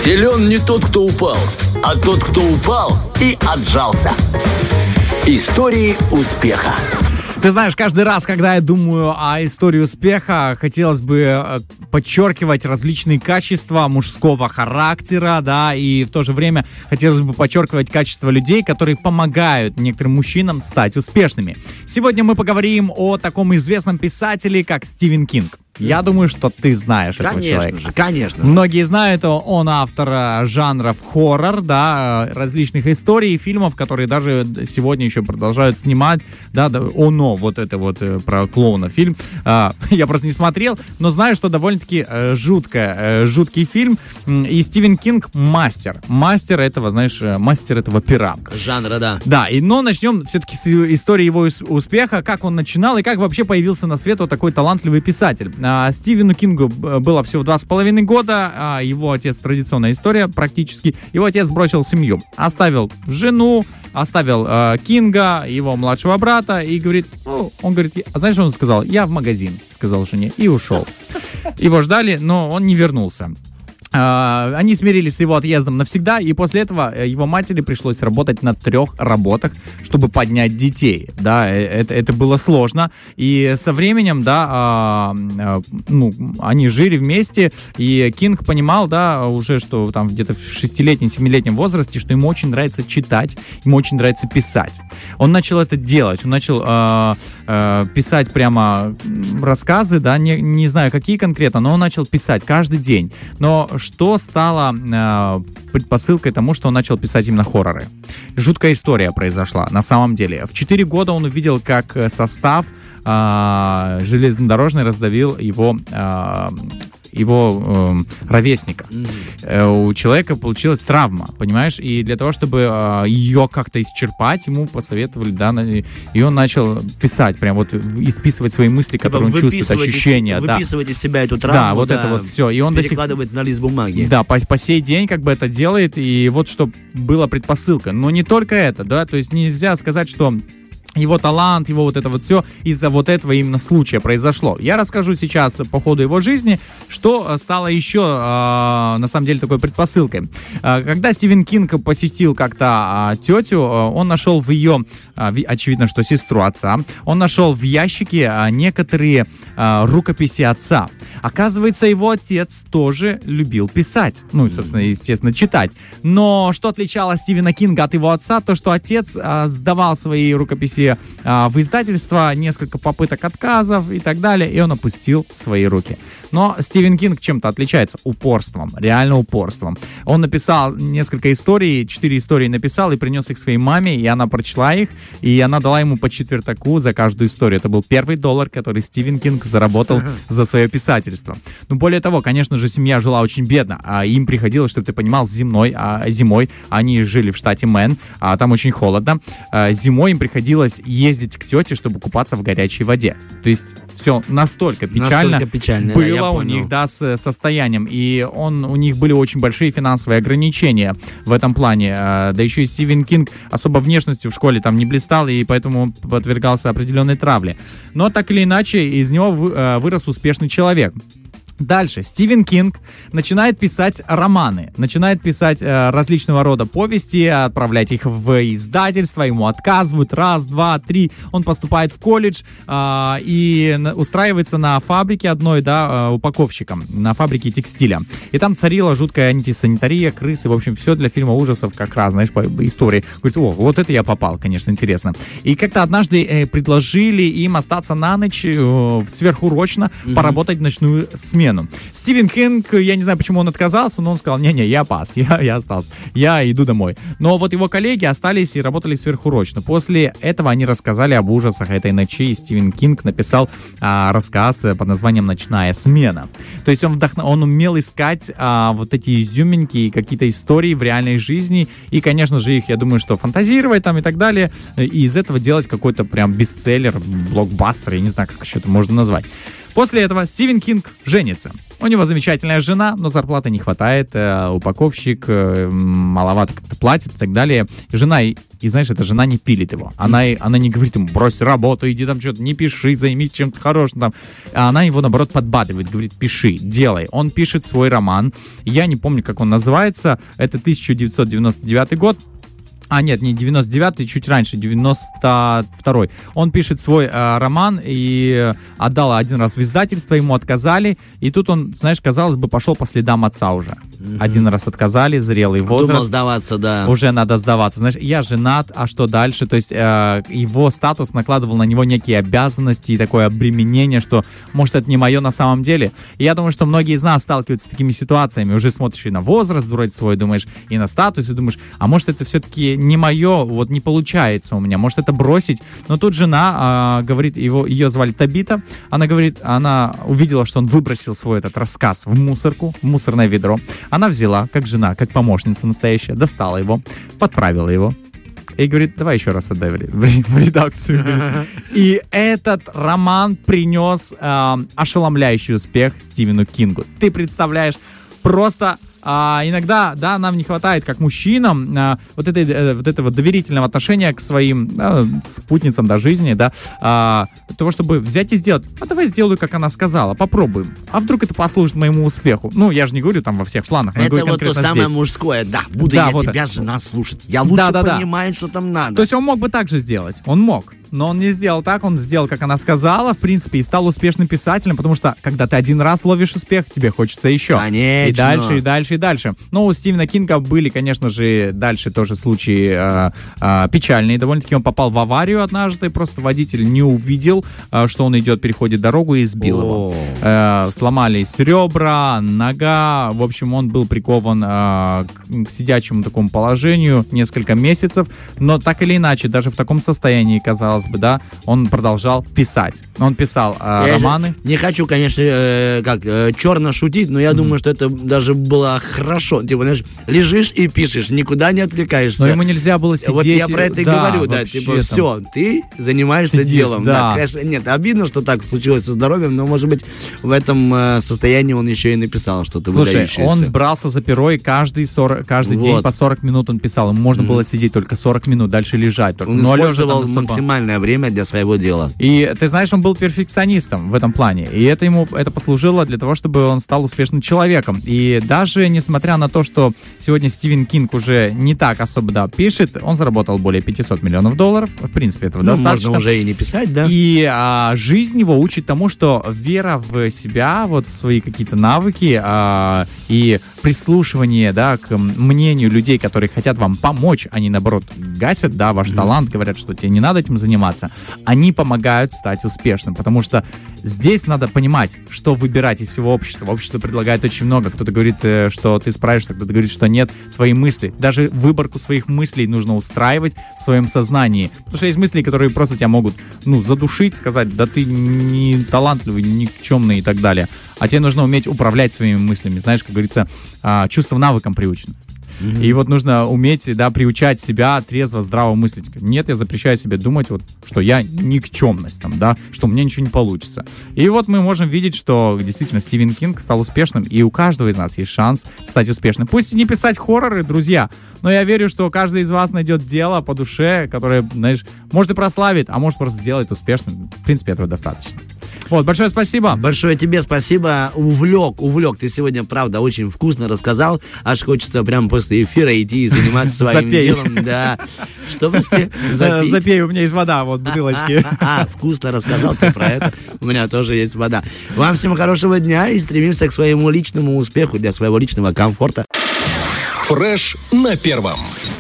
Силен не тот, кто упал, а тот, кто упал и отжался. Истории успеха. Ты знаешь, каждый раз, когда я думаю о истории успеха, хотелось бы подчеркивать различные качества мужского характера, да, и в то же время хотелось бы подчеркивать качества людей, которые помогают некоторым мужчинам стать успешными. Сегодня мы поговорим о таком известном писателе, как Стивен Кинг. Я думаю, что ты знаешь этого человека. Конечно. Многие знают, он автор жанров хоррор, да, различных историй и фильмов, которые даже сегодня еще продолжают снимать, да, «Оно», вот это вот про клоуна фильм. Я просто не смотрел, но знаю, что довольно-таки жуткий фильм. И Стивен Кинг мастер этого, знаешь, мастер этого пера. Жанра, да. Да, но начнем все-таки с истории его успеха, как он начинал и как вообще появился на свет вот такой талантливый писатель. Стивену Кингу было всего 2,5 года, его отец, традиционная история практически, его отец бросил семью, оставил жену, оставил Кинга, его младшего брата, и говорит, он говорит, знаешь, что он сказал? Я в магазин, сказал жене, и ушел. Его ждали, но он не вернулся. Они смирились с его отъездом навсегда, и после этого его матери пришлось работать на 3 работах, чтобы поднять детей. Да, это было сложно. И со временем, да, они жили вместе, и Кинг понимал, да, уже, что там где-то в 6-летнем, 7-летнем возрасте, что ему очень нравится читать, ему очень нравится писать. Он начал это делать, он начал писать прямо рассказы, да, не знаю, какие конкретно, но он начал писать каждый день. Но что стало предпосылкой тому, что он начал писать именно хорроры? Жуткая история произошла, на самом деле. В 4 года он увидел, как состав железнодорожный раздавил его ровесника. У человека получилась травма, понимаешь? И для того, чтобы ее как-то исчерпать, ему посоветовали, да, и он начал писать, прям вот исписывать свои мысли, которые он чувствует, ощущения. Выписывать из себя эту травму, да, вот это вот все. И он перекладывает на лист бумаги. Да, по сей день как бы это делает, и вот что была предпосылка. Но не только это, да, то есть нельзя сказать, что его талант, его вот это вот все из-за вот этого именно случая произошло. Я расскажу сейчас по ходу его жизни, что стало еще, на самом деле, такой предпосылкой. Когда Стивен Кинг посетил как-то тетю, он нашел в ее, очевидно, что сестру отца, он нашел в ящике некоторые рукописи отца. Оказывается, его отец тоже любил писать. Ну, собственно, естественно, читать. Но что отличало Стивена Кинга от его отца, то, что отец сдавал свои рукописи в издательство, несколько попыток отказов и так далее, и он опустил свои руки. Но Стивен Кинг чем-то отличается? Упорством, реально упорством. Он написал несколько историй, 4 истории написал и принес их своей маме, и она прочла их, и она дала ему по четвертаку за каждую историю. Это был первый $1, который Стивен Кинг заработал за свое писательство. Но более того, конечно же, семья жила очень бедно, а им приходилось, чтобы ты понимал, зимой они жили в штате Мэн, а там очень холодно. Зимой им приходилось ездить к тете, чтобы купаться в горячей воде. То есть все настолько печально было у них, да, с состоянием. И у них были очень большие финансовые ограничения в этом плане. Да еще и Стивен Кинг особо внешностью в школе там не блистал, и поэтому подвергался определенной травле. Но так или иначе, из него вырос успешный человек. Дальше. Стивен Кинг начинает писать романы, начинает писать различного рода повести, отправлять их в издательство, ему отказывают, 1, 2, 3. Он поступает в колледж и устраивается на фабрике одной, да, упаковщиком, на фабрике текстиля. И там царила жуткая антисанитария, крысы, в общем, все для фильма ужасов как раз, знаешь, по истории. Говорит, вот это я попал, конечно, интересно. И как-то однажды предложили им остаться на ночь сверхурочно, поработать в ночную смену. Стивен Кинг, я не знаю, почему он отказался, но он сказал, не, я пас, я остался, я иду домой. Но вот его коллеги остались и работали сверхурочно. После этого они рассказали об ужасах этой ночи, и Стивен Кинг написал рассказ под названием «Ночная смена». То есть он умел искать вот эти изюминки и какие-то истории в реальной жизни, и, конечно же, их, я думаю, что фантазировать там и так далее, и из этого делать какой-то прям бестселлер, блокбастер, я не знаю, как еще это можно назвать. После этого Стивен Кинг женится. У него замечательная жена, но зарплаты не хватает, упаковщик маловато как-то платит и так далее. Жена И знаешь, эта жена не пилит его. Она не говорит ему, брось работу, иди там что-то, не пиши, займись чем-то хорошим там. А она его, наоборот, подбадривает, говорит, пиши, делай. Он пишет свой роман. Я не помню, как он называется. Это 1999 год. Нет, не 99-й, чуть раньше, 92-й. Он пишет свой роман и отдал один раз в издательство, ему отказали. И тут он, знаешь, казалось бы, пошел по следам отца уже. Один раз отказали, зрелый возраст. Думал сдаваться, да. Уже надо сдаваться. Знаешь, я женат, а что дальше? То есть его статус накладывал на него некие обязанности и такое обременение, что, может, это не мое на самом деле. И я думаю, что многие из нас сталкиваются с такими ситуациями. Уже смотришь и на возраст вроде свой, думаешь, и на статус, и думаешь, а может, это все-таки не мое, вот не получается у меня, может это бросить. Но тут жена говорит, ее звали Табита, она говорит, она увидела, что он выбросил свой этот рассказ в мусорку, в мусорное ведро. Она взяла, как жена, как помощница настоящая, достала его, подправила его и говорит, давай еще раз отдай в редакцию. И этот роман принес ошеломляющий успех Стивену Кингу. Ты представляешь, просто иногда, да, нам не хватает, как мужчинам, вот этого доверительного отношения к своим спутницам до жизни, да, того, чтобы взять и сделать. А давай сделаю, как она сказала, попробуем. А вдруг это послужит моему успеху? Ну, я же не говорю там во всех планах, но я говорю вот то конкретно самое здесь. Мужское, да, буду Да, я вот тебя, жена, слушать. Я лучше понимаю, что там надо. То есть он мог бы так же сделать, он мог. Но он не сделал так, он сделал, как она сказала, в принципе, и стал успешным писателем, потому что, когда ты один раз ловишь успех, тебе хочется еще. Конечно. И дальше, и дальше, и дальше. Но у Стивена Кинга были, конечно же, дальше тоже случаи печальные. Довольно-таки он попал в аварию однажды, просто водитель не увидел, что он идет, переходит дорогу и сбил его. Сломались ребра, нога, в общем, он был прикован к сидячему такому положению несколько месяцев, но так или иначе, даже в таком состоянии, казалось бы, да, он продолжал писать. Он писал романы. Не хочу, конечно, черно шутить, но я думаю, что это даже было хорошо. Типа, знаешь, лежишь и пишешь, никуда не отвлекаешься. Но ему нельзя было сидеть. Вот я про это и говорю, да, типа, все, ты занимаешься делом. Да, конечно, нет, обидно, что так случилось со здоровьем, но, может быть, в этом состоянии он еще и написал что-то выдающееся. Слушай, он брался за перо, и каждый день по 40 минут он писал. Ему можно было сидеть только 40 минут, дальше лежать. Он использовал максимальное время для своего дела. И ты знаешь, он был перфекционистом в этом плане. И это послужило для того, чтобы он стал успешным человеком. И даже несмотря на то, что сегодня Стивен Кинг уже не так особо пишет, он заработал более $500 миллионов. В принципе, этого достаточно. Можно уже и не писать, да? И жизнь его учит тому, что вера в себя, вот в свои какие-то навыки и прислушивание, да, к мнению людей, которые хотят вам помочь, они, наоборот, гасят, да, ваш талант, говорят, что тебе не надо этим заниматься, они помогают стать успешным, потому что здесь надо понимать, что выбирать из всего общества. Общество предлагает очень много. Кто-то говорит, что ты справишься, кто-то говорит, что нет. Твои мысли. Даже выборку своих мыслей нужно устраивать в своем сознании. Потому что есть мысли, которые просто тебя могут, задушить, сказать, да ты не талантливый, никчемный и так далее. А тебе нужно уметь управлять своими мыслями. Знаешь, как говорится, чувство навыком приучено. И вот нужно уметь, да, приучать себя трезво, здраво мыслить. Нет, я запрещаю себе думать, вот, что я никчемность, там, да, что у меня ничего не получится. И вот мы можем видеть, что действительно Стивен Кинг стал успешным, и у каждого из нас есть шанс стать успешным. Пусть и не писать хорроры, друзья, но я верю, что каждый из вас найдет дело по душе, которое, знаешь, может и прославит, а может просто сделает успешным. В принципе, этого достаточно. Вот, большое спасибо. Большое тебе спасибо. Увлек. Ты сегодня, правда, очень вкусно рассказал. Аж хочется прямо после эфира идти и заниматься своим делом. Да. Что, прости? Запей, у меня есть вода, вот, бутылочки. Вкусно рассказал ты про это. У меня тоже есть вода. Вам всем хорошего дня и стремимся к своему личному успеху, для своего личного комфорта. Фреш на первом.